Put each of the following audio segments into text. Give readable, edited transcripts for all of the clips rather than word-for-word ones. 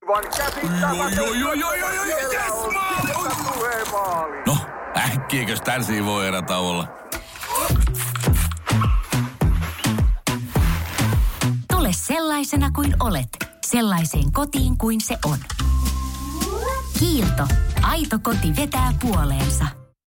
aivan käsittämätöntä. No, äkkiäkös tän voi erätä olla? Tule sellaisena kuin olet, sellaiseen kotiin kuin se on. Kiilto. Aito koti vetää puoleensa.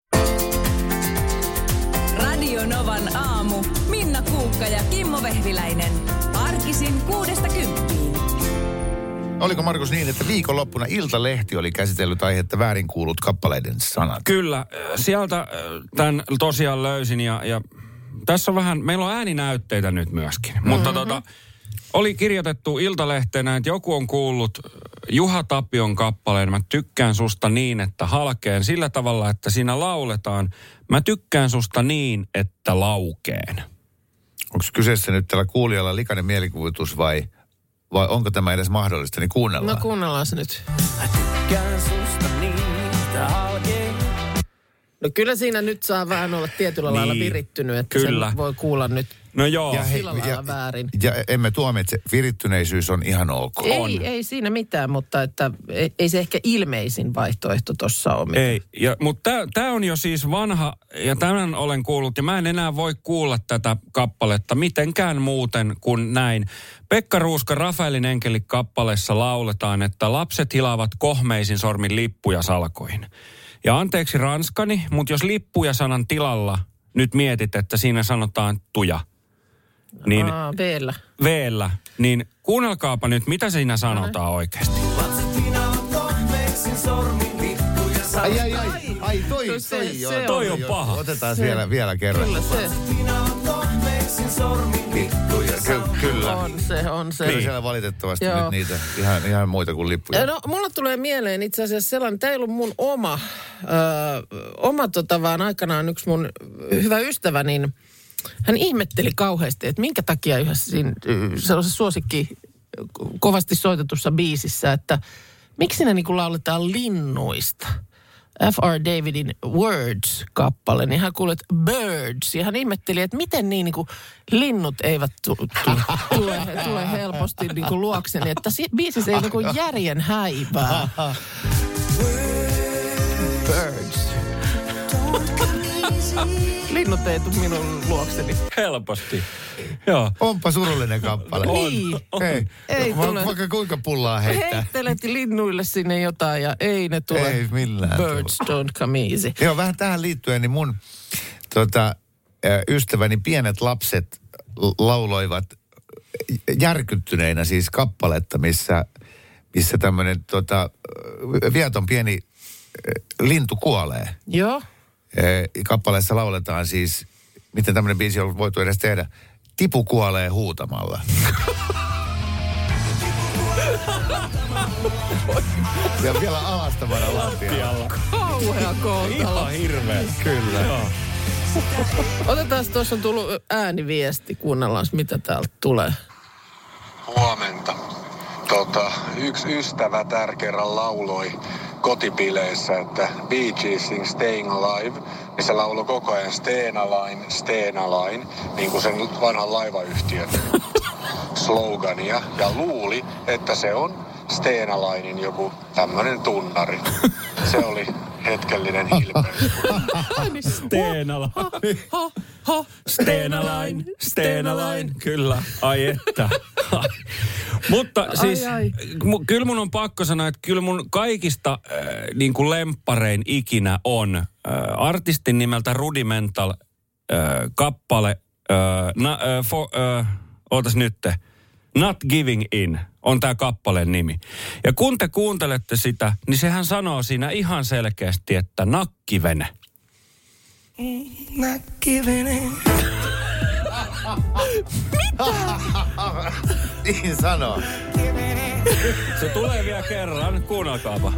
Radio Novan aamu. Minna Kuukka ja Kimmo Vehviläinen. Arkisin 6–10. Oliko Markus niin, että viikonloppuna Iltalehti oli käsitellyt aihetta väärin kuulut kappaleiden sanat? Kyllä. Sieltä tämän tosiaan löysin ja tässä on vähän, meillä on ääninäytteitä nyt myöskin. Mutta oli kirjoitettu Iltalehteen, että joku on kuullut Juha Tapion kappaleen Mä tykkään susta niin, että halkeen. Sillä tavalla, että siinä lauletaan Mä tykkään susta niin, että laukeen. Onko kyseessä nyt tällä kuulijalla likainen mielikuvitus vai onko tämä edes mahdollista? Niin kuunnellaan. No kuunnellaan se nyt. Mä tykkään susta niin, että halkeen. No kyllä siinä nyt saa vähän olla tietyllä lailla virittynyt, että kyllä. Sen voi kuulla nyt. No joo. Sillä lailla väärin. Ja emme tuomi, että se virittyneisyys on ihan ok. Ei siinä mitään, mutta että ei se ehkä ilmeisin vaihtoehto tuossa ole. Ei, mutta tämä on jo siis vanha, ja tämän olen kuullut, ja mä en enää voi kuulla tätä kappaletta mitenkään muuten kuin näin. Pekka Ruuska Rafaelin enkeli-kappaleessa lauletaan, että lapset hilaavat kohmeisin sormin lippuja salkoihin. Ja anteeksi ranskani, mutta jos lippuja sanan tilalla nyt mietit, että siinä sanotaan tuja. Niin, V-llä. Niin kuunnelkaapa nyt, mitä siinä sanotaan oikeasti. Ai, toi on paha. Otetaan vielä kerran. Kyllä se. Kyllä. On se. Kyllä siellä valitettavasti nyt niitä ihan muita kuin lippuja. No, mulla tulee mieleen itse asiassa sellainen, tämä ei ollut mun oma vaan aikanaan yksi mun hyvä ystävä, niin hän ihmetteli kauheasti, että minkä takia yhdessä siinä sellaisessa suosikki kovasti soitetussa biisissä, että miksi siinä niin kuin lauletaan linnuista. F.R. Davidin Words-kappale, niin hän kuuli, että birds. Ja hän ihmetteli, että miten niin kuin linnut eivät tule helposti niin kuin luokseni. Että biisissä ei niin kuin järjen häivää. Birds. Linnut ei tule minun luokseni. Helposti. Joo. Onpa surullinen kappale. Niin. Ei tule. Vaikka kuinka pullaa heittää. Heittelet linnuille sinne jotain ja ei ne tule. Ei millään. Birds don't come easy. Joo, vähän tähän liittyen, niin mun ystäväni pienet lapset lauloivat järkyttyneinä siis kappaletta, missä tämmöinen viaton pieni lintu kuolee. Joo. Kappaleessa lauletaan siis, miten tämmöinen biisi on voitu edes tehdä, tipu kuolee huutamalla. Ja vielä alastavana lattialla. Kauhea kohtalo. Ihan hirveä. Kyllä. Joo. Otetaan, tuossa on tullut ääniviesti, kuunnellaan mitä täältä tulee. Huomenta. Yksi ystävä kerran lauloi kotipileissä, että Bee Geesin Staying Alive, niin se lauloi koko ajan Staying Alive, niin kuin sen vanhan laivayhtiön slogania, ja luuli, että se on Staying Alivein joku tämmöinen tunnari. Se oli hetkellinen hilpeys. Steenalain, kyllä, ai että. Mutta siis, kyllä mun on pakko sanoa, että kyllä mun kaikista niin kuin lempparein ikinä on artistin nimeltä Rudimental kappale, ootas nytte, Not Giving In on tää kappaleen nimi. Ja kun te kuuntelette sitä, niin sehän sanoo siinä ihan selkeästi, että nakkivene. Nakkivene. Niin sanoo. Se tulee vielä kerran, kuunnelkaapa.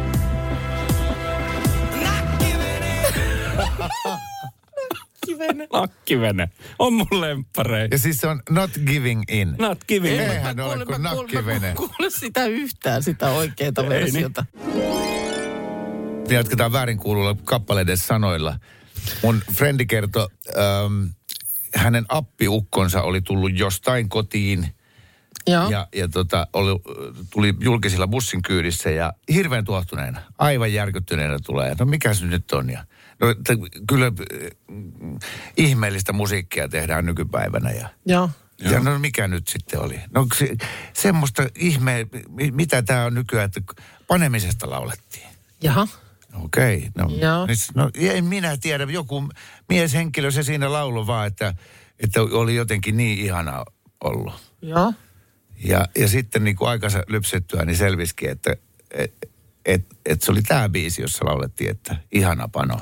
Nakkivene. On mun lempparei. Ja siis se on Not Giving In. Not Giving In. Eihän ole kuin nakkivene. Mä kuule sitä yhtään, sitä oikeaa versiota. Me jatketaan väärinkuuluilla kappaleiden sanoilla. Mun frendi kertoi, hänen appiukkonsa oli tullut jostain kotiin Joo. Ja tuli julkisilla bussin kyydissä ja hirveän tuohtuneena, aivan järkyttyneenä tulee. No mikä se nyt on? Ja, kyllä ihmeellistä musiikkia tehdään nykypäivänä. Joo. Ja no mikä nyt sitten oli? No semmoista mitä tämä on nykyään, että panemisesta laulettiin. Jaha. Okei. Joo. No en minä tiedä, joku mieshenkilö se siinä laulu vaan, että oli jotenkin niin ihana ollut. Joo. Ja sitten niin kuin aikansa lypsettyä, niin selvisikin, että se oli tämä biisi, jossa laulettiin, että ihana pano.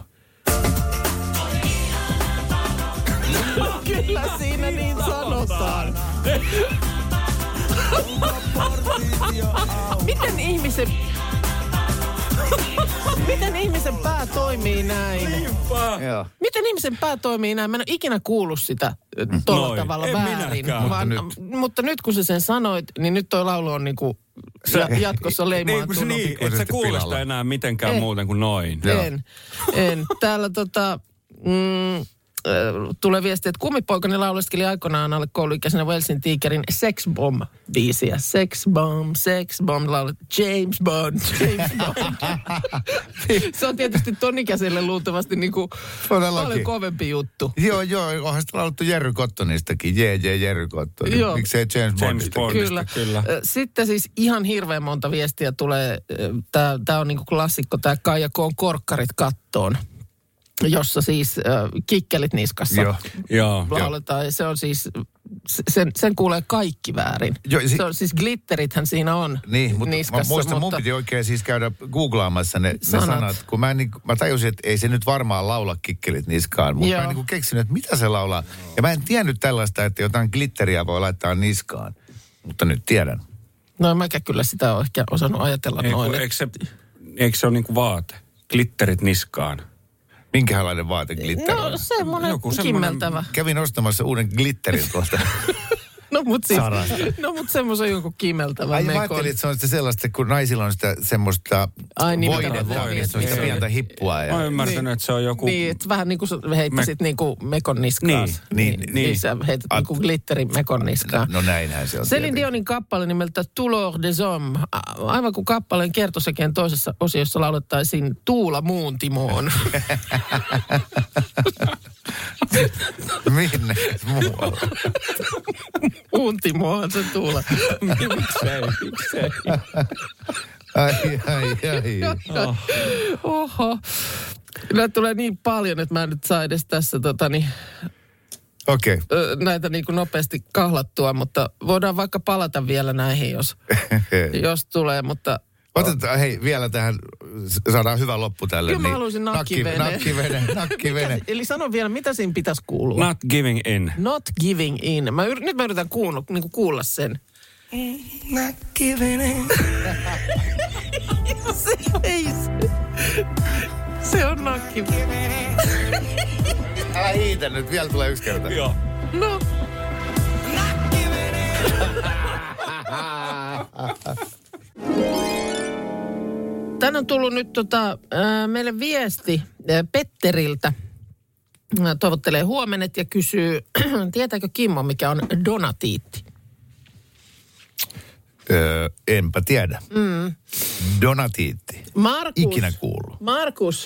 Kyllä siinä niin sanotaan. Miten ihmisen pää toimii näin? Joo. Miten ihmisen pää toimii näin? Mä en ole ikinä kuullut sitä tuolla tavalla väärin. Mutta nyt kun sä sen sanoit, niin nyt toi laulu on niinku jatkossa leimaantunut. Niin, et sä kuule sitä enää mitenkään muuten kuin noin. En. Täällä tulee viesti, että kummipoikani lauleskeli aikoinaan alle kouluikäisenä Walesin Tigerin Sex Bomb-biisiä. Sex Bomb, laulet James Bond. Se on tietysti ton ikäiselle luultavasti niinku paljon kovempi juttu. Joo, onhan sitä laulettu Jerry Cottonistakin. Jerry Cotton. Joo. Miksei James Bondista? Kyllä. Sitten siis ihan hirveän monta viestiä tulee. Tää on niinku klassikko, tää Kaija K:n Korkkarit kattoon. Jossa siis kikkelit niskassa lauletaan. Ja se on siis, sen kuulee kaikki väärin. Se on siis glitterithän siinä on niskassa. Mutta mun piti oikein siis käydä googlaamassa ne sanat. Kun mä tajusin, että ei se nyt varmaan laula kikkelit niskaan. Mutta mä en keksinyt, että mitä se laulaa. Ja mä en tiennyt tällaista, että jotain glitteriä voi laittaa niskaan. Mutta nyt tiedän. No mäkä kyllä sitä ole ehkä osannut ajatella noin. Eikö se ole niinku vaate? Glitterit niskaan. Minkälainen vaate glitter on? No semmoinen kimmeltävä. Kävin ostamassa uuden glitterin tuosta. No mut semmoisen joku kimmeltävä mekon. Mä ajattelin, että se on sitä sellaista, kun naisilla on sitä semmoista voidetta, sitä pientä hippua. Mä oon ymmärtänyt, että se on joku... Niin, että vähän niin kuin sä heittäisit niinku mekon niskaan. Niin. Sä heität niinku glitterin mekon niskaan. No näinhän se on. Celine Dionin kappale nimeltä Touleur des Hommes. Aivan kuin kappaleen kertosäkeen toisessa osiossa laulettaisiin Tuula Muuntimoon. Minne muualle? Muuntimoon se Tuula. Miksei? Ai. Oho. Näitä tulee niin paljon, että mä en nyt saa edes tässä Okei. Näitä niin kuin nopeasti kahlattua, mutta voidaan vaikka palata vielä näihin, jos tulee, mutta... Otetaan, vielä tähän, saadaan hyvä loppu tälle. Kyllä mä haluaisin nakkivene. Eli sano vielä, mitä siinä pitäisi kuulua? Not giving in. Not giving in. Nyt mä yritän kuulla sen. Not giving in. Se on nakkivene. Älä hiitä nyt, vielä tulee yksi kerta. Joo. No. Tänne on tullut nyt meille viesti Petteriltä. Toivottelee huomenet ja kysyy, tietääkö Kimmo, mikä on donatiitti? Enpä tiedä. Donatiitti. Markus. Ikinä kuullut. Markus.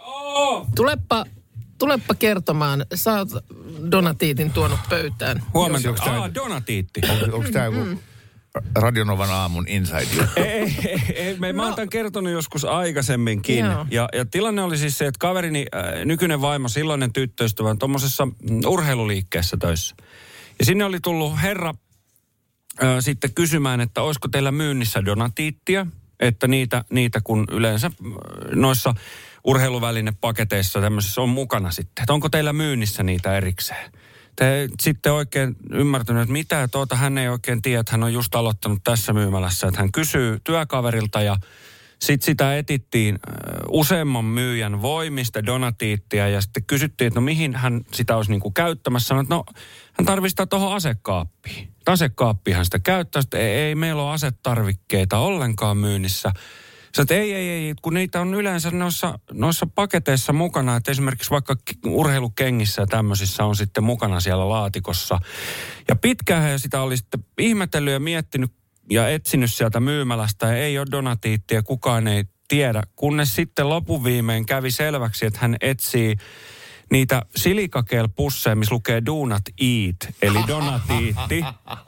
Tulepa kertomaan. Sä oot donatiitin tuonut pöytään. Huomenta. Donatiitti. Onko tämä joku Radionovan aamun inside? Ei. Mä oon tämän kertonut joskus aikaisemminkin. Ja tilanne oli siis se, että kaverini nykyinen vaimo, silloinen tyttöystävä, on tuommoisessa urheiluliikkeessä töissä. Ja sinne oli tullut herra sitten kysymään, että olisiko teillä myynnissä donatiittia, että niitä kun yleensä noissa urheiluvälinepaketeissa tämmöisessä on mukana sitten. Että onko teillä myynnissä niitä erikseen? Te sitten oikein ymmärtänyt, että mitä hän ei oikein tiedä, että hän on just aloittanut tässä myymälässä. Että hän kysyy työkaverilta ja sitten sitä etittiin useamman myyjän voimista donatiittia ja sitten kysyttiin, että no mihin hän sitä olisi niinku käyttämässä. Sanoin, että no hän tarvitsee tuohon asekaappiin. Asekaappiin hän sitä käyttää, että ei meillä ole asetarvikkeita ollenkaan myynnissä. Sä ei, kun niitä on yleensä noissa paketeissa mukana, että esimerkiksi vaikka urheilukengissä ja tämmöisissä on sitten mukana siellä laatikossa. Ja pitkään sitä oli sitten ihmetellyt ja miettinyt ja etsinyt sieltä myymälästä ja ei ole donatiittia, kukaan ei tiedä. Kunnes sitten lopuviimein kävi selväksi, että hän etsii niitä silikakel-pusseja, missä lukee do not eat, eli donatiitti.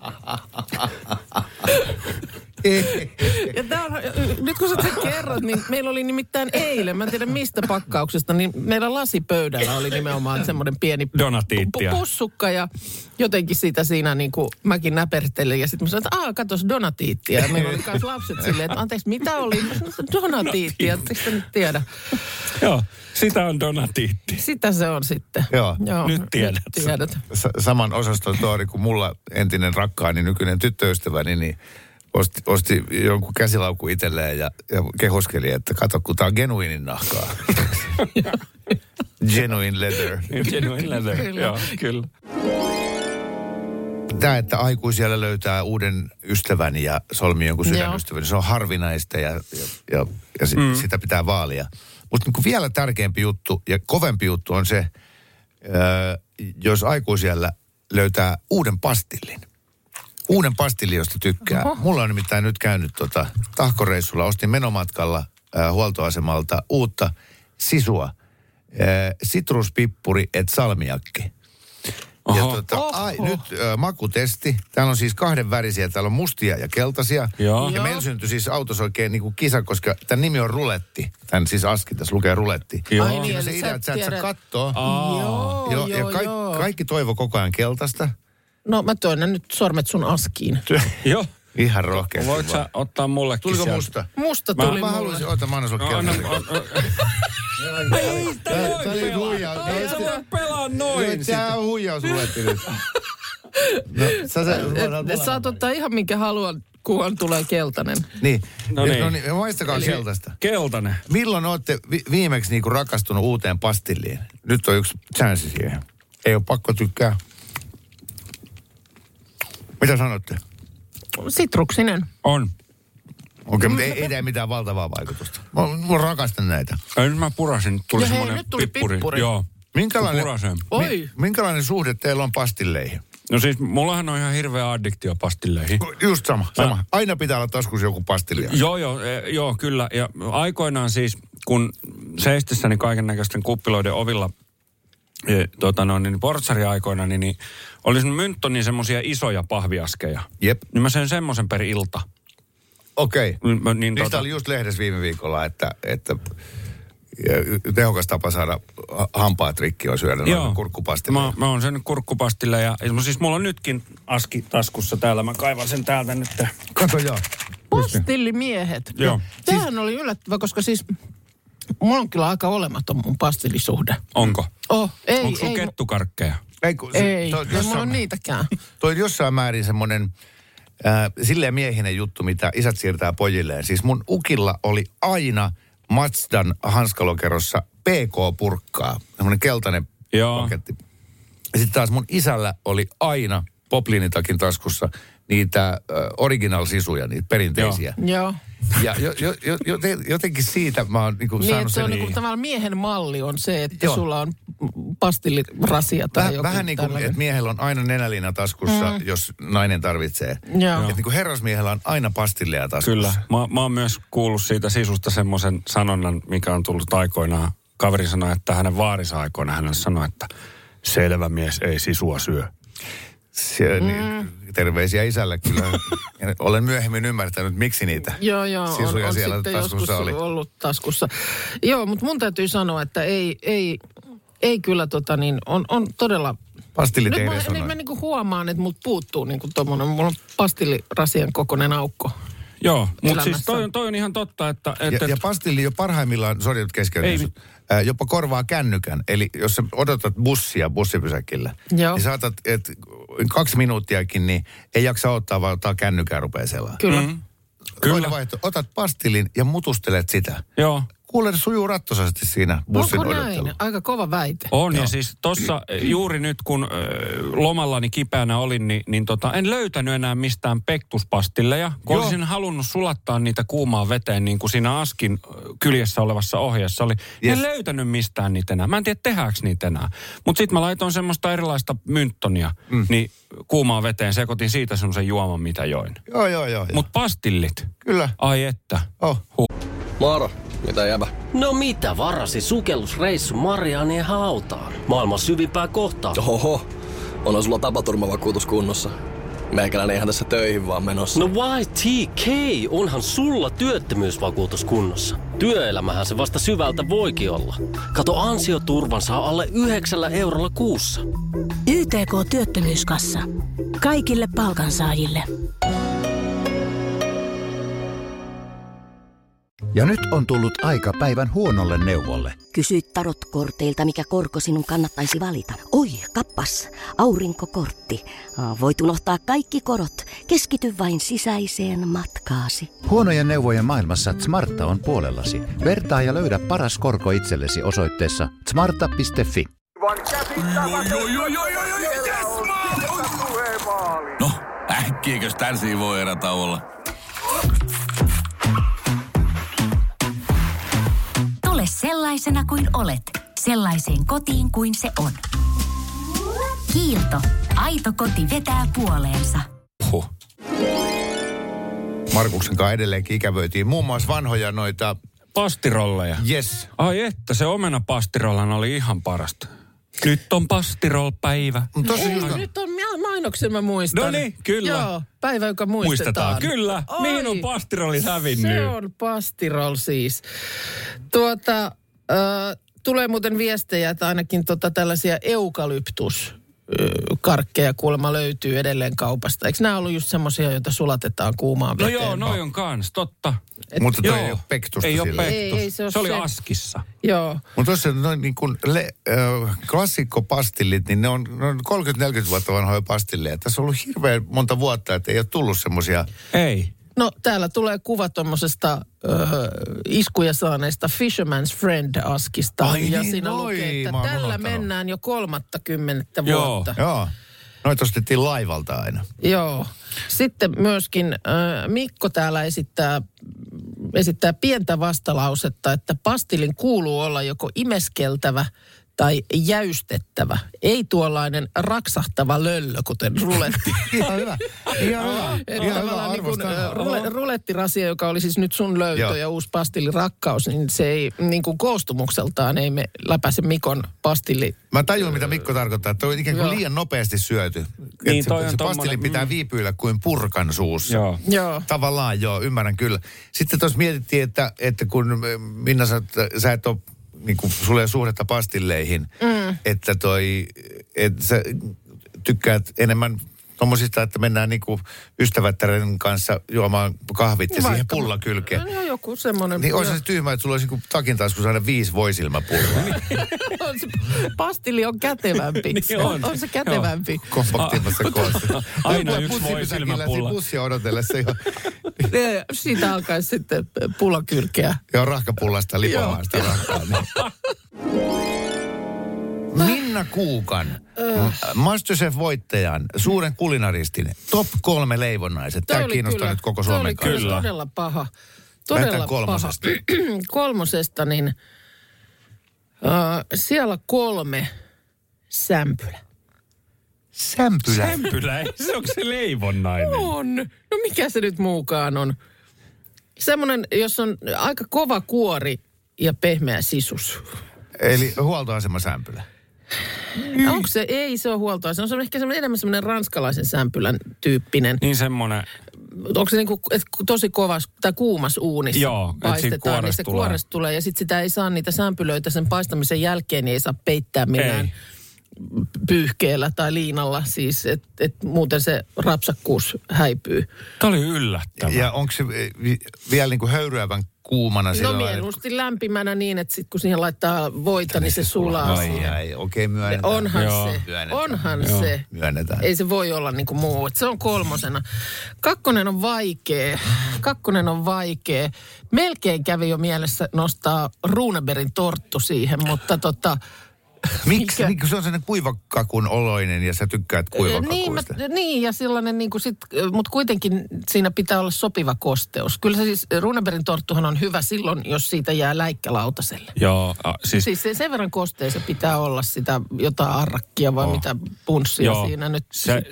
Ja nyt kun sä kerrot, niin meillä oli nimittäin eilen, mä en tiedä mistä pakkauksesta, niin meidän lasipöydällä oli nimenomaan semmoinen pieni pussukka ja jotenkin siitä siinä niin kuin mäkin näpertelin ja sitten mä sanoin, että katos donatiittia. Ja meillä oli myös lapset silleen, että anteeksi, mitä oli? Mä sanoin, että donatiittia, etteikö sä nyt tiedä? Joo, sitä on donatiitti. Sitä se on sitten. Joo. Nyt tiedät. Saman osaston tuori kuin mulla entinen rakkaani, nykyinen tyttöystäväni, niin osti jonkun käsilaukku itselleen ja kehoskeli, että kato, kun tää on genuinin nahkaa. Genuine leather. Genuine leather, joo, kyllä. Tämä, että aikuisella löytää uuden ystävän ja solmii jonkun sydänystävän, se on harvinaista ja sitä pitää vaalia. Mutta niin vielä tärkeämpi juttu ja kovempi juttu on se, jos aikuisella löytää uuden pastillin. Uuden pastillin, josta tykkää. Oho. Mulla on nimittäin nyt käynyt tahkoreissulla. Ostin menomatkalla huoltoasemalta uutta sisua. Sitruspippuri et salmiakki. Oho. Ja nyt makutesti. Täällä on siis 2 värisiä. Täällä on mustia ja keltaisia. Joo. Ja meillä syntyi siis autossa oikein niin kuin kisa, koska tämän nimi on ruletti. Tämän siis aski, tässä lukee ruletti. Joo. Ai niin, se idea, että sä et saa kattoo. Joo. Kaikki toivo koko ajan keltaista. No mä työnnän nyt sormet sun askiin. Joo. Ihan rohkeasti. Voit sä ottaa mullekin tuliko sieltä? musta? Musta tuli mä haluaisin, mä annan sulle keltaista. Ei sitä voi pelaa. Ei sä voi pelaa noin. Tää on huijaus ruletti nyt. Saat ottaa ihan minkä haluan, kunhan tulee keltainen. Niin. No niin, maistakaa keltaista. Keltainen. Milloin olette viimeksi niinku rakastunut uuteen pastilliin? Nyt on yksi chanssi siihen. Ei ole pakko tykkää. Mitä sanotte? Sitruksinen. On. Okei, mutta ei tee mitään valtavaa vaikutusta. Mä rakastan näitä. Nyt mä purasin. Tuli semmoinen pippuri. Joo. Minkälainen suhde teillä on pastilleihin? No siis, mullahan on ihan hirveä addiktio pastilleihin. Just sama. Aina pitää olla taskussa joku pastillia. Joo, kyllä. Ja aikoinaan siis, kun seistessäni kaiken näköisten kuppiloiden ovilla, portsariaikoina, niin oli sun Mynttonin semmosia isoja pahviaskeja. Jep. Niin mä söin semmoisen per ilta. Okei. Niistä oli just lehdessä viime viikolla, että tehokas tapa saada hampaat rikki on syödä kurkkupastille. Mä oon syönyt kurkkupastille ja siis mulla on nytkin aski taskussa täällä. Mä kaivan sen täältä nyt. Kato joo. Pastillimiehet. Joo. Tämähän oli yllättävää, koska siis mulla on kyllä aika olematon mun pastillisuhde. Onko? Ei. Onko sun kettukarkkeja? Ei mulla on niitäkään. Toi jossain määrin semmoinen silleen miehinen juttu, mitä isät siirtää pojilleen. Siis mun ukilla oli aina Mazdan hanskalokerossa PK-purkkaa. Semmoinen keltainen paketti. Ja sitten taas mun isällä oli aina Poplinitakin taskussa niitä original-sisuja, niitä perinteisiä. Joo. Ja jotenkin siitä mä oon niinku saanut sen. Niin, tavallaan miehen malli on se, että sulla on pastillirasia tai joku vähän niin kuin, että miehellä on aina nenäliina taskussa, jos nainen tarvitsee. Joo. Että niin kuin herrasmiehellä on aina pastillia taskussa. Kyllä. Mä oon myös kuullut siitä sisusta semmoisen sanonnan, mikä on tullut aikoinaan. Kaveri sanoi, että hänen vaarinsa aikoina hän sanoi, että selvä mies ei sisua syö. Terveisiä isälle kyllä. Olen myöhemmin ymmärtänyt, miksi niitä sisuja on siellä sitten taskussa oli. Ollut taskussa. Joo, mutta mun täytyy sanoa, että ei kyllä on todella... Pastillitehdessä on. Nyt mä niinku huomaan, että mut puuttuu niinku tommonen, mulla on pastillirasien kokoinen aukko. Joo, mutta siis toi on ihan totta, että... Ja pastilli jo parhaimmillaan, sori nyt keskeytys, jopa korvaa kännykän. Eli jos sä odotat bussia bussipysäkillä, niin saatat, että 2 minuuttiakin, niin ei jaksa ottaa, vaan ottaa kännykää rupeaa selaa. Kyllä. Kyllä. Otat pastillin ja mutustelet sitä. Joo. kuulen, sujuu rattosasti siinä bussin Onko odottelu. näin? Aika kova väite. On, ja siis tossa juuri nyt, kun lomallani kipeänä olin, niin en löytänyt enää mistään pektuspastilleja, kun olisin halunnut sulattaa niitä kuumaan veteen, niin kuin siinä askin kyljessä olevassa ohjeessa oli. En löytänyt mistään niitä enää. Mä en tiedä, tehdäänkö niitä enää. Mutta sitten mä laitoin semmoista erilaista mynttonia, niin kuumaan veteen sekoitin siitä semmoisen juoman, mitä join. Joo. Mutta pastillit? Kyllä. Ai että. Moro, mitä jäbä? No mitä, varasi sukellusreissu Marianien hautaan. Maailman syvimpää kohtaa. Oho, onhan sulla tapaturmavakuutus kunnossa. Meikäläinen ihan tässä töihin vaan menossa. No YTK, onhan sulla työttömyysvakuutus kunnossa. Työelämähän se vasta syvältä voikin olla. Kato, ansioturvan saa alle 9 eurolla kuussa. YTK Työttömyyskassa. Kaikille palkansaajille. Ja nyt on tullut aika päivän huonolle neuvolle. Kysy tarotkorteilta, mikä korko sinun kannattaisi valita. Oi, kappas, aurinkokortti. Voit unohtaa kaikki korot. Keskity vain sisäiseen matkaasi. Huonojen neuvojen maailmassa Smarta on puolellasi. Vertaa ja löydä paras korko itsellesi osoitteessa smarta.fi. No, äkkiäkös tän voi erätä olla? Tule sellaisena kuin olet, sellaiseen kotiin kuin se on. Kiilto. Aito koti vetää puoleensa. Markuksen kanssa edelleenkin ikävöitiin muun muassa vanhoja noita... Pastirolleja. Yes. Ai että, se omenapastirollan oli ihan parasta. Nyt on pastiroll-päivä. Nyt on mainoksen, mä muistan. No niin, kyllä. Joo, päivä, joka muistetaan. Kyllä. Oi, mihin on pastirollit hävinnyt? Se on pastiroll siis. Tulee muuten viestejä, että ainakin tällaisia eukalyptuskarkkeja kuulemma löytyy edelleen kaupasta. Eikö nämä ollut just semmoisia, joita sulatetaan kuumaan veteen? No joo, noi on kans, totta. Mutta toi ei ole pektusta ei sillä. Ei, se oli askissa. Joo. Mutta tuossa noin niin kuin klassikkopastillit, niin ne on 30-40 vuotta vanhoja pastilleja. Tässä on ollut hirveän monta vuotta, että ei ole tullut semmoisia. Ei. No täällä tulee kuva tuommoisesta iskuja saaneesta Fisherman's Friend-askista. Ai ja niin, siinä lukee, että tällä mennään jo 30 vuotta. Joo. Noita ostettiin laivalta aina. Joo. Sitten myöskin Mikko täällä esittää pientä vastalausetta, että pastillin kuuluu olla joko imeskeltävä tai jäystettävä. Ei tuollainen raksahtava löllö, kuten ruletti. Ihan hyvä. Rulettirasia, joka oli siis nyt sun löytö ja uusi pastilli rakkaus, niin se ei niin kuin koostumukseltaan ei me läpäise Mikon pastilli. Mä tajun, mitä Mikko tarkoittaa, että on ikään kuin liian nopeasti syöty. Niin, se pastilli pitää viipyillä kuin purkan suussa. Joo. Tavallaan ymmärrän kyllä. Sitten tuossa mietittiin, että kun Minna sä et ole niin kuin sulle ei suhdetta pastilleihin, että sä tykkäät enemmän tommosista, että mennään niin kuin ystävättären kanssa juomaan kahvit ja siihen pulla kylkeen. No joku semmoinen. Niin olisi se tyhmä, että sulla olisi niin takin taskussa aina 5 voisilmäpulloa. Pastilli on kätevämpi. On se kätevämpi. Kompaktimmassa koossa. Aina yksi voisilmäpulla. Pussia odotellessa jo. Siitä alkaisi sitten pullakylkeä. Joo, rahkapullasta lipomaan sitä rahkaa. Minna Kuukan, MasterChef-voittajan, suuren kulinaristin, top 3 leivonnaiset. Tämä kiinnostaa nyt koko Suomen kanssa. Kyllä. Todella paha. Lähdetään kolmosesta. Kolmosesta, niin siellä 3 sämpylä. Sämpylä? Sämpylä? Onko se leivonnainen? On. No mikä se nyt muukaan on? Semmoinen, jos on aika kova kuori ja pehmeä sisus. Eli huoltoasemasämpylä. Onko se? Ei se ole huoltoasema. Se on ehkä enemmän semmoinen ranskalaisen sämpylän tyyppinen. Niin semmoinen. Onko se niinku, tosi kovas tai kuumas uunissa paistetaan, niin se kuores tulee. Ja sitten sitä ei saa niitä sämpylöitä sen paistamisen jälkeen, niin ei saa peittää millään pyyhkeellä tai liinalla siis, että muuten se rapsakkuus häipyy. Tämä oli yllättävää. Ja onko se vielä niin kuin höyryävän kuumana sillä lailla? No mieluusti lämpimänä niin, että sitten kun siihen laittaa voita, niin se sulaa. Okei, myönnetään. Onhan se. Myönnetään. Ei se voi olla niin kuin muu. Se on 3. Kakkonen on vaikea. Melkein kävi jo mielessä nostaa Runebergin torttu siihen, mutta Miksi se on sellainen kuivakakun oloinen ja sä tykkäät kuivakakuista? Niin ja sellainen niin kuin mutta kuitenkin siinä pitää olla sopiva kosteus. Kyllä se siis, Runebergin torttuhan on hyvä silloin, jos siitä jää läikkälautaselle. Joo, siis sen verran kostea se pitää olla sitä jotain arrakkia vai mitä punssia siinä nyt.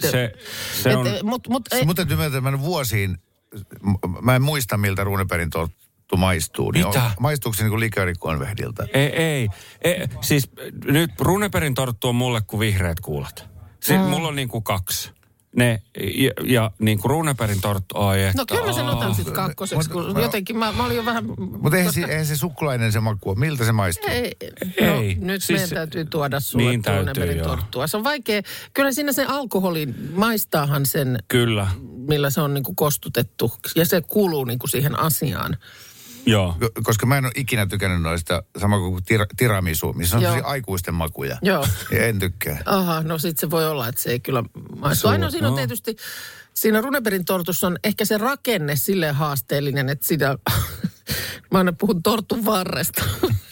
Mutta täytyy myöntää, että vuosiin, mä en muista miltä Runebergin torttu maistuu. Niin maistuuko se niin kuin liköörikonvehdilta? Ei. Siis nyt Runebergin torttu on mulle kuin vihreät kuulat. Mulla on niin kuin 2. Ne ja niin kuin Runebergin torttu, No kyllä mä sen otan sitten 2, kun jotenkin mä olin jo vähän... Mutta eihän se suklainen se maku ole. Miltä se maistuu? Ei. Nyt siis meidän täytyy tuoda sulle niin Runebergin torttua. Se on vaikea. Kyllä siinä se alkoholi, maistaahan sen... Kyllä. Millä se on niin kuin kostutettu. Ja se kuuluu niin kuin siihen asiaan. Joo. Koska mä en ole ikinä tykännyt noista, sama kuin tiramisu, missä on sellaisia aikuisten makuja. Joo. Ja en tykkää. Aha, no sit se voi olla, että se ei kyllä maistu. Ainoa siinä on tietysti, siinä Runebergin tortussa on ehkä se rakenne silleen haasteellinen, että siinä, mä aina puhun tortun varresta.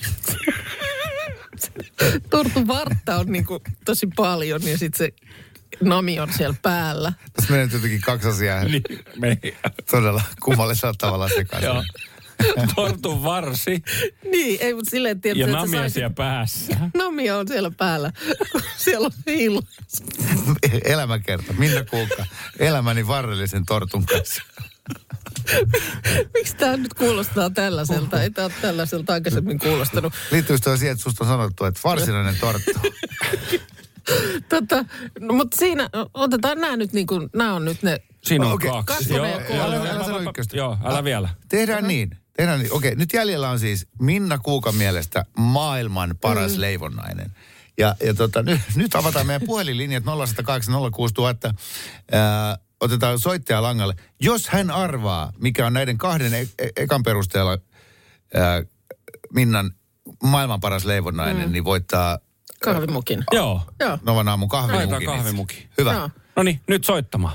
Tortun vartta on niin kuin tosi paljon ja sitten se nami on siellä päällä. Tässä menee jotenkin 2 asiaa. Todella kummallisella tavalla sekaisin. Joo. Tortun varsi. Niin, ei mutta silleen tiedä. Ja namia siellä päässä. Namia on siellä päällä. Siellä on hiilu. Elämäkerta. Minna Kuukka. Elämäni varrellisen tortun kanssa. Miksi tämä nyt kuulostaa tällaiselta? Ei tämä ole tällaiselta aikaisemmin kuulostanut. Liittyykö tämä siihen, että susta on sanottu, että varsinainen torttu? No, mutta siinä, otetaan nämä nyt niin kuin, nämä on nyt ne... Siinä on 2. Joo, älä vielä. Tehdään niin. Okei, nyt jäljellä on siis Minna Kuukan mielestä maailman paras leivonnainen. Ja nyt avataan meidän puhelinlinjat 0806000. Otetaan soittaja langalle. Jos hän arvaa, mikä on näiden 2 ekan perusteella Minnan maailman paras leivonnainen, niin voittaa... Kahvimukin. Joo. Novan aamun kahvimukin. Laitetaan kahvimukin. Hyvä. No niin, nyt soittamaan.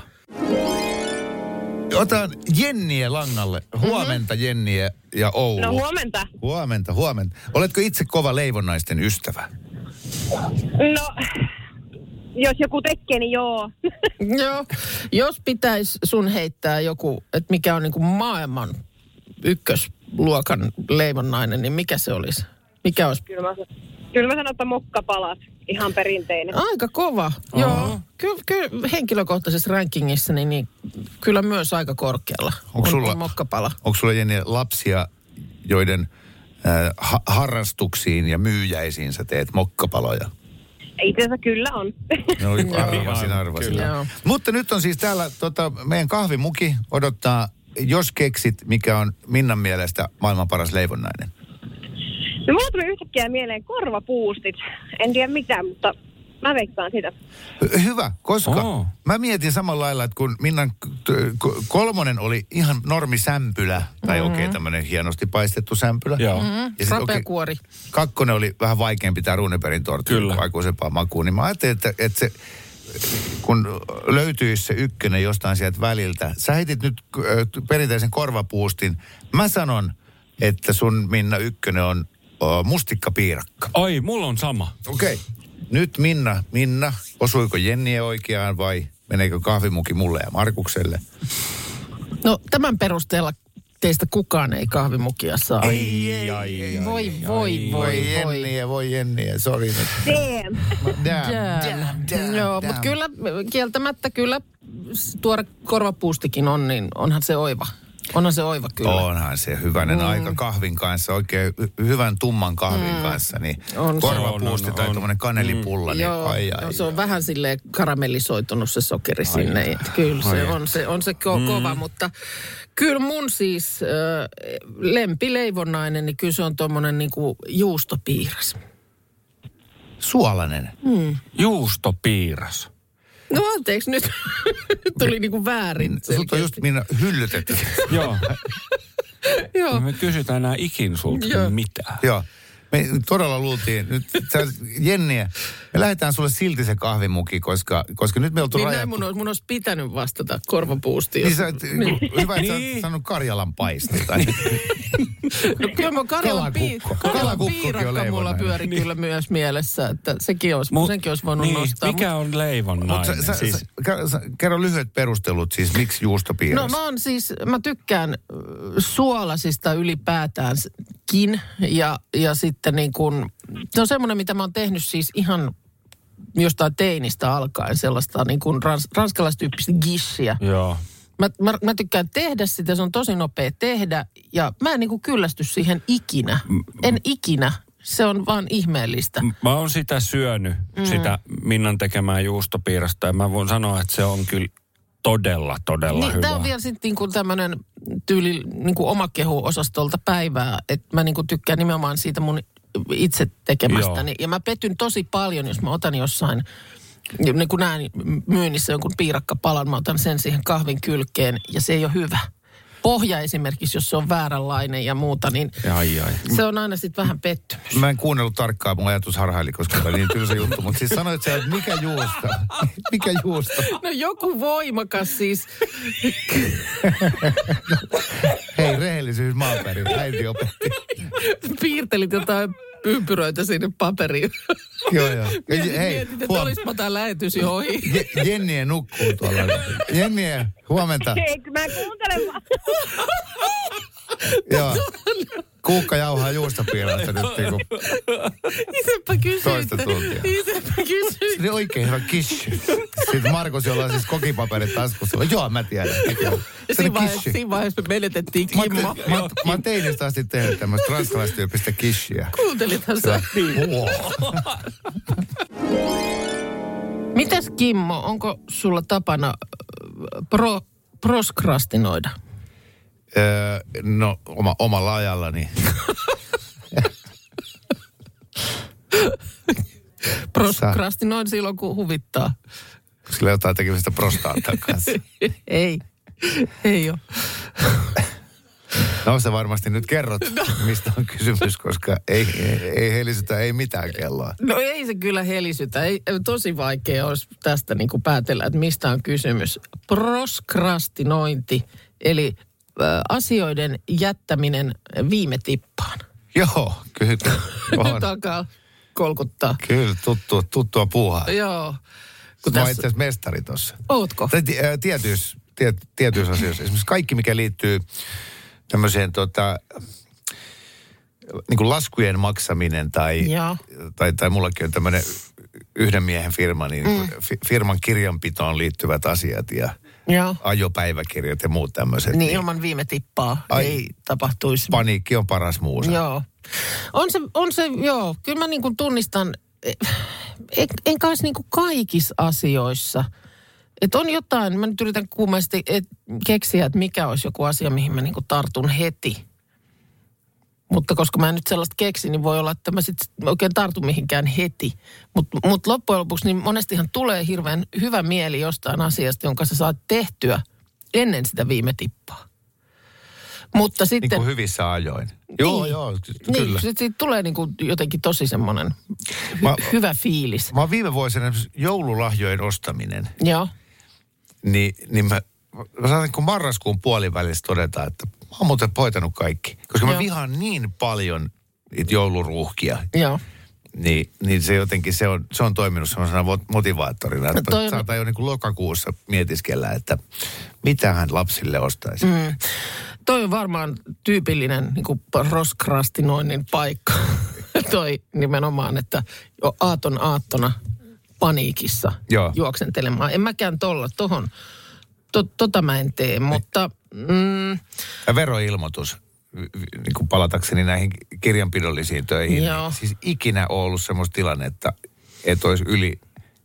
Otan Jenniä langalle. Huomenta Jenniä ja Oulu. No huomenta. Huomenta. Oletko itse kova leivonnaisten ystävä? No, jos joku tekee, niin joo. Joo. Jos pitäisi sun heittää joku, että mikä on niin kuin maailman ykkösluokan leivonnainen, niin mikä se olisi? Mikä olisi? Kyllä mä sanon, että mokkapalat. Ihan perinteinen. Aika kova. Joo. Kyllä henkilökohtaisessa rankingissa niin kyllä myös aika korkealla on mokkapala. Onko sulla Jenni lapsia, joiden harrastuksiin ja myyjäisiin sä teet mokkapaloja? Itse asiassa kyllä on. No arvasin. Mutta nyt on siis täällä meidän kahvimuki odottaa, jos keksit, mikä on Minnan mielestä maailman paras leivonnainen. No mulla tuli yhtäkkiä mieleen korvapuustit. En tiedä mitä, mutta mä veikkaan sitä. Hyvä, koska mä mietin samalla lailla, että kun Minnan 3 oli ihan normisämpylä, tai tämmöinen hienosti paistettu sämpylä. Joo. Ja rapea kuori. 2 oli vähän vaikeampi tämä Runebergin torttu, aikuisempaa makuun. Niin mä ajattelin, että se, kun löytyisi se 1 jostain sieltä väliltä, sä heitit nyt perinteisen korvapuustin. Mä sanon, että sun Minna 1 on mustikkapiirakka. Ai, mulla on sama. Okei. Nyt Minna, osuiko Jenniä oikeaan vai meneekö kahvimuki mulle ja Markukselle? No tämän perusteella teistä kukaan ei kahvimukia saa. Voi Jenniä, sori. Damn. Joo, mutta kyllä kieltämättä tuore korvapuustikin on, niin onhan se oiva. Onhan se oiva kyllä. Onhan se hyvänen aika kahvin kanssa, oikein hyvän tumman kahvin kanssa. Niin korvapuusti tai tuommoinen kanelipulla. Niin joo, se on vähän silleen karamellisoitunut se sokeri sinne. Kyllä se on se kova, mutta kyllä mun siis lempileivonnainen, niin kyllä se on tuommoinen niinku juustopiiras. Suolainen. Juustopiiras. No anteeksi, nyt tuli niinku väärin. Sut on just minä hyllytetty. Joo. Joo. Me kysytään enää ikin sulta mitään. Joo. Me todella luultiin, nyt Jenniä, me lähdetään sulle silti se kahvimuki, koska nyt me oltu niin rajattu. näin mun olisi pitänyt vastata korvapuustiin. Niin hyvä, että sä oot sanonut Karjalan paistetta. No kyllä mä Karjalan piirakka mulla pyöri kyllä myös mielessä, että senkin olisi voinut nostaa. Mikä on leivonnainen? Kerro lyhyet perustelut siis, miksi juustopiiras? No mä tykkään suolasista ylipäätäänkin ja sitten niin kuin, se on semmoinen, mitä mä oon tehnyt siis ihan jostain teinistä alkaen, sellaista niin kuin ranskalaistyyppistä gishiä. Joo. Mä tykkään tehdä sitä, se on tosi nopea tehdä ja mä en niin kuin kyllästy siihen ikinä. En ikinä. Se on vaan ihmeellistä. Mä oon sitä syönyt, sitä Minnan tekemää juustopiirasta ja mä voin sanoa, että se on kyllä todella niin, hyvä. Tämä on vielä sitten niinku tämmöinen tyyli niinku omakehu-osastolta päivää, että mä niinku tykkään nimenomaan siitä mun itse tekemästäni. Ja mä petyn tosi paljon, jos mä otan jossain, niin kuin näen myynnissä jonkun piirakkapalan, mä otan sen siihen kahvin kylkeen ja se ei ole hyvä. Pohja esimerkiksi, jos se on vääränlainen ja muuta, niin se on aina sitten vähän pettymys. Mä en kuunnellut tarkkaan, mun ajatus harhaili, koska oli niin tylsä juttu, mutta siis sanoit sä, että mikä juusto? Mikä juusto? No joku voimakas siis. Hei, rehellisyys maaperin, äiti opetti. Piirtelit jotain ympyröitä sinne paperiin. Joo. Mietit, että olispa tämä lähetys jo ohi. Jenniä nukkuu tuolla. Jenniä, huomenta. Hei, mä kuuntelen vaan. Joo. Kuukka jauhaa juustopiirasta nyt niinku Isepä kysyitte. toista tuntia. Isepä kysyitte. Se oli oikein hyvä kissy. Sitten Markus, jolla on siis kokipaperit taskussa. Joo, mä tiedän. Siinä vaiheessa me menetettiin Kimmo. Mä oon teinistä asti tehnyt tämmöistä ranskalaistyyppistä kissyä. Kuuntelithan sä? Mitäs Kimmo, onko sulla tapana proskrastinoida? No, omalla ajallani. Proskrastinoin silloin, kun huvittaa. Sillä jotain tekemistä prostaattaa kanssa. Ei ole. No sä varmasti nyt kerrot, mistä on kysymys, koska ei helisytä, ei mitään kelloa. No ei se kyllä helisytä. Tosi vaikea olisi tästä niin kuin päätellä, että mistä on kysymys. Proskrastinointi, eli asioiden jättäminen viime tippaan. Joo, kyllä. Nyt alkaa kolkuttaa. Kyllä, tuttua puuhaa. Joo. Mä oon itse asiassa mestari tossa. Ootko? Tietyissä asioissa. Esimerkiksi kaikki, mikä liittyy tämmöiseen niin kuin laskujen maksaminen tai mullakin on tämmöinen yhden miehen firma, niin firman kirjanpitoon liittyvät asiat ja ajopäiväkirjat ja muut tämmöiset. Niin ilman viime tippaa ei tapahtuisi. Paniikki on paras muusa. Joo. On se, joo. Kyllä mä niin kuin tunnistan, en kai niin kuin kaikissa asioissa. Että on jotain, mä nyt yritän kummasti keksiä, että mikä olisi joku asia, mihin mä niin kuin tartun heti. Mutta koska mä en nyt sellaista keksi, niin voi olla, että mä sitten oikein tartun mihinkään heti. Mutta loppujen lopuksi niin monestihan tulee hirveän hyvä mieli jostain asiasta, jonka sä saat tehtyä ennen sitä viime tippaa. Mutta sitten... Niin kuin hyvissä ajoin. Niin, joo, kyllä. Sitten siitä tulee niin kuin jotenkin tosi semmoinen hyvä fiilis. Mä oon viime vuosina joululahjojen ostaminen. Joo. Niin mä saan kun marraskuun puolivälissä todeta, että mä oon muuten hoitanut kaikki. Koska mä vihaan niin paljon niitä jouluruuhkia. Joo. Niin se jotenkin, se on toiminut semmoisena motivaattorina. Että saatan jo niin kuin lokakuussa mietiskellä, että mitähän lapsille ostaisi. Toi on varmaan tyypillinen niin kuin proskrastinoinnin paikka. Toi nimenomaan, että jo aattona paniikissa juoksentelemaan. En mäkään tota mä en tee, mutta... Ja veroilmoitus, niin kuin palatakseni näihin kirjanpidollisiin töihin. Niin siis ikinä on ollut semmoista tilannetta, että olisi yli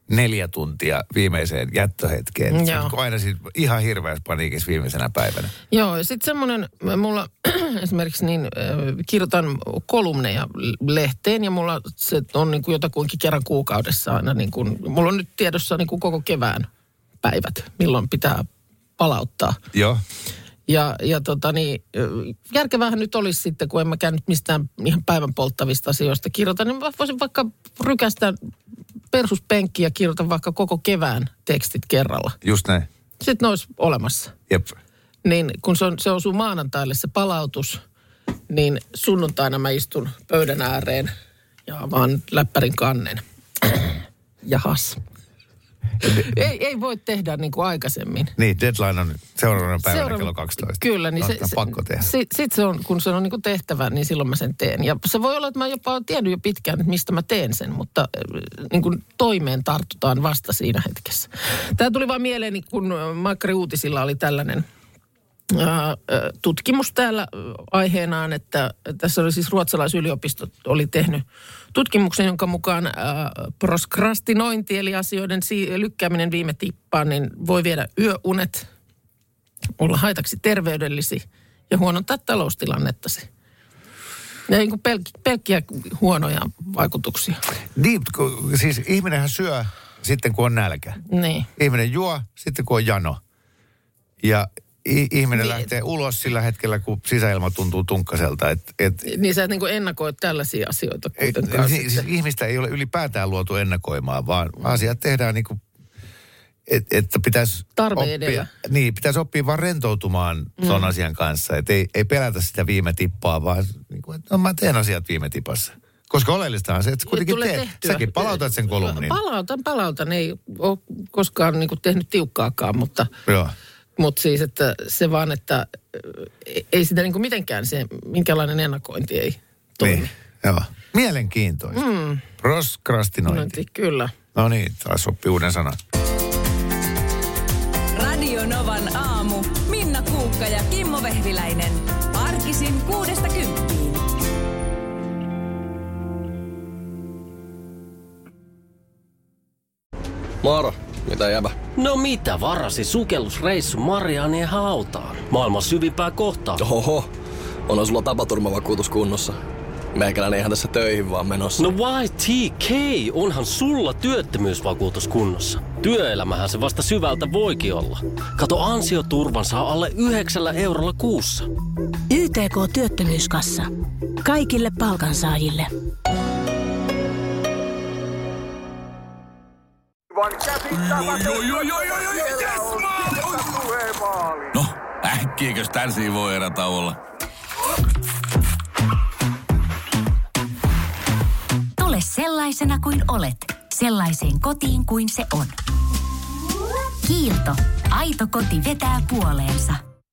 4 tuntia viimeiseen jättöhetkeen. Se Joo. on aina siis ihan hirveässä paniikissa viimeisenä päivänä. Joo, ja sitten semmoinen, mulla esimerkiksi kirjoitan kolumneja lehteen, ja mulla se on niin kuin jotakuinkin kerran kuukaudessa aina, niin kuin, mulla on nyt tiedossa niin kuin koko kevään päivät, milloin pitää palauttaa. Joo. Ja järkevähän nyt olisi sitten, kun en mä nyt mistään ihan päivän polttavista asioista kirjoita, niin mä voisin vaikka rykästä persuspenkkiä ja kirjoitan vaikka koko kevään tekstit kerralla. Just näin. Sitten ne olisi olemassa. Jep. Niin kun se osuu maanantaille se palautus, niin sunnuntaina mä istun pöydän ääreen ja avaan läppärin kannen. Jahas. Ei voi tehdä niin kuin aikaisemmin. Niin, deadline on seuraavana päivänä kello 12. Kyllä, niin se pakko tehdä. Sitten se on, kun se on niin kuin tehtävä, niin silloin mä sen teen. Ja se voi olla, että mä jopa olen tiennyt jo pitkään, että mistä mä teen sen, mutta niin kuin toimeen tartutaan vasta siinä hetkessä. Tämä tuli vaan mieleeni, kun Maikkari Uutisilla oli tällainen tutkimus täällä aiheenaan, että tässä oli siis ruotsalaisyliopisto oli tehnyt tutkimuksen, jonka mukaan prokrastinointi, eli asioiden lykkääminen viime tippaan, niin voi viedä yöunet, olla haitaksi terveydellisi ja huonontaa taloustilannettasi. Ja niin kuin pelkkiä huonoja vaikutuksia. Niin, siis ihminenhän syö sitten, kun on nälkä. Niin. Ihminen juo sitten, kun on jano. Ja ihminen lähtee ulos sillä hetkellä, kun sisäilma tuntuu tunkkaselta. Niin sä et niin kuin ennakoit tällaisia asioita kuitenkaan. Siis ihmistä ei ole ylipäätään luotu ennakoimaan, vaan asiat tehdään niin kuin, että pitäisi tarve edellä. Niin, pitäisi oppia vaan rentoutumaan tuon asian kanssa. Että ei pelätä sitä viime tippaa, vaan niin kuin, että mä teen asiat viime tipassa. Koska oleellista on se, että kuitenkin säkin palautat sen kolumnin. Palautan. Ei ole koskaan niin kuin tehnyt tiukkaakaan, mutta... Joo. Mutta siis, että se vaan, että ei sitä niin kuin mitenkään se, minkälainen ennakointi ei toimi. Niin, joo. Mielenkiintoista. Prokrastinointi. Kyllä. No niin, taas oppii uuden sanan. Radio Novan aamu. Minna Kuukka ja Kimmo Vehviläinen. Arkisin 6–10. Moro, mitä jäbä? No mitä varasi sukellusreissu Marianien hautaan? Maailman syvimpää kohtaa. Oho, on sulla tapaturmavakuutus kunnossa. Meikäläinen ihan tässä töihin vaan menossa. No YTK, onhan sulla työttömyysvakuutus kunnossa. Työelämähän se vasta syvältä voikin olla. Kato, ansioturvan saa alle 9 eurolla kuussa. YTK Työttömyyskassa. Kaikille palkansaajille. No, äkkiäkös tän voi erätä olla? Tule sellaisena kuin olet, sellaiseen kotiin kuin se on. Kiilto. Aito koti vetää puoleensa.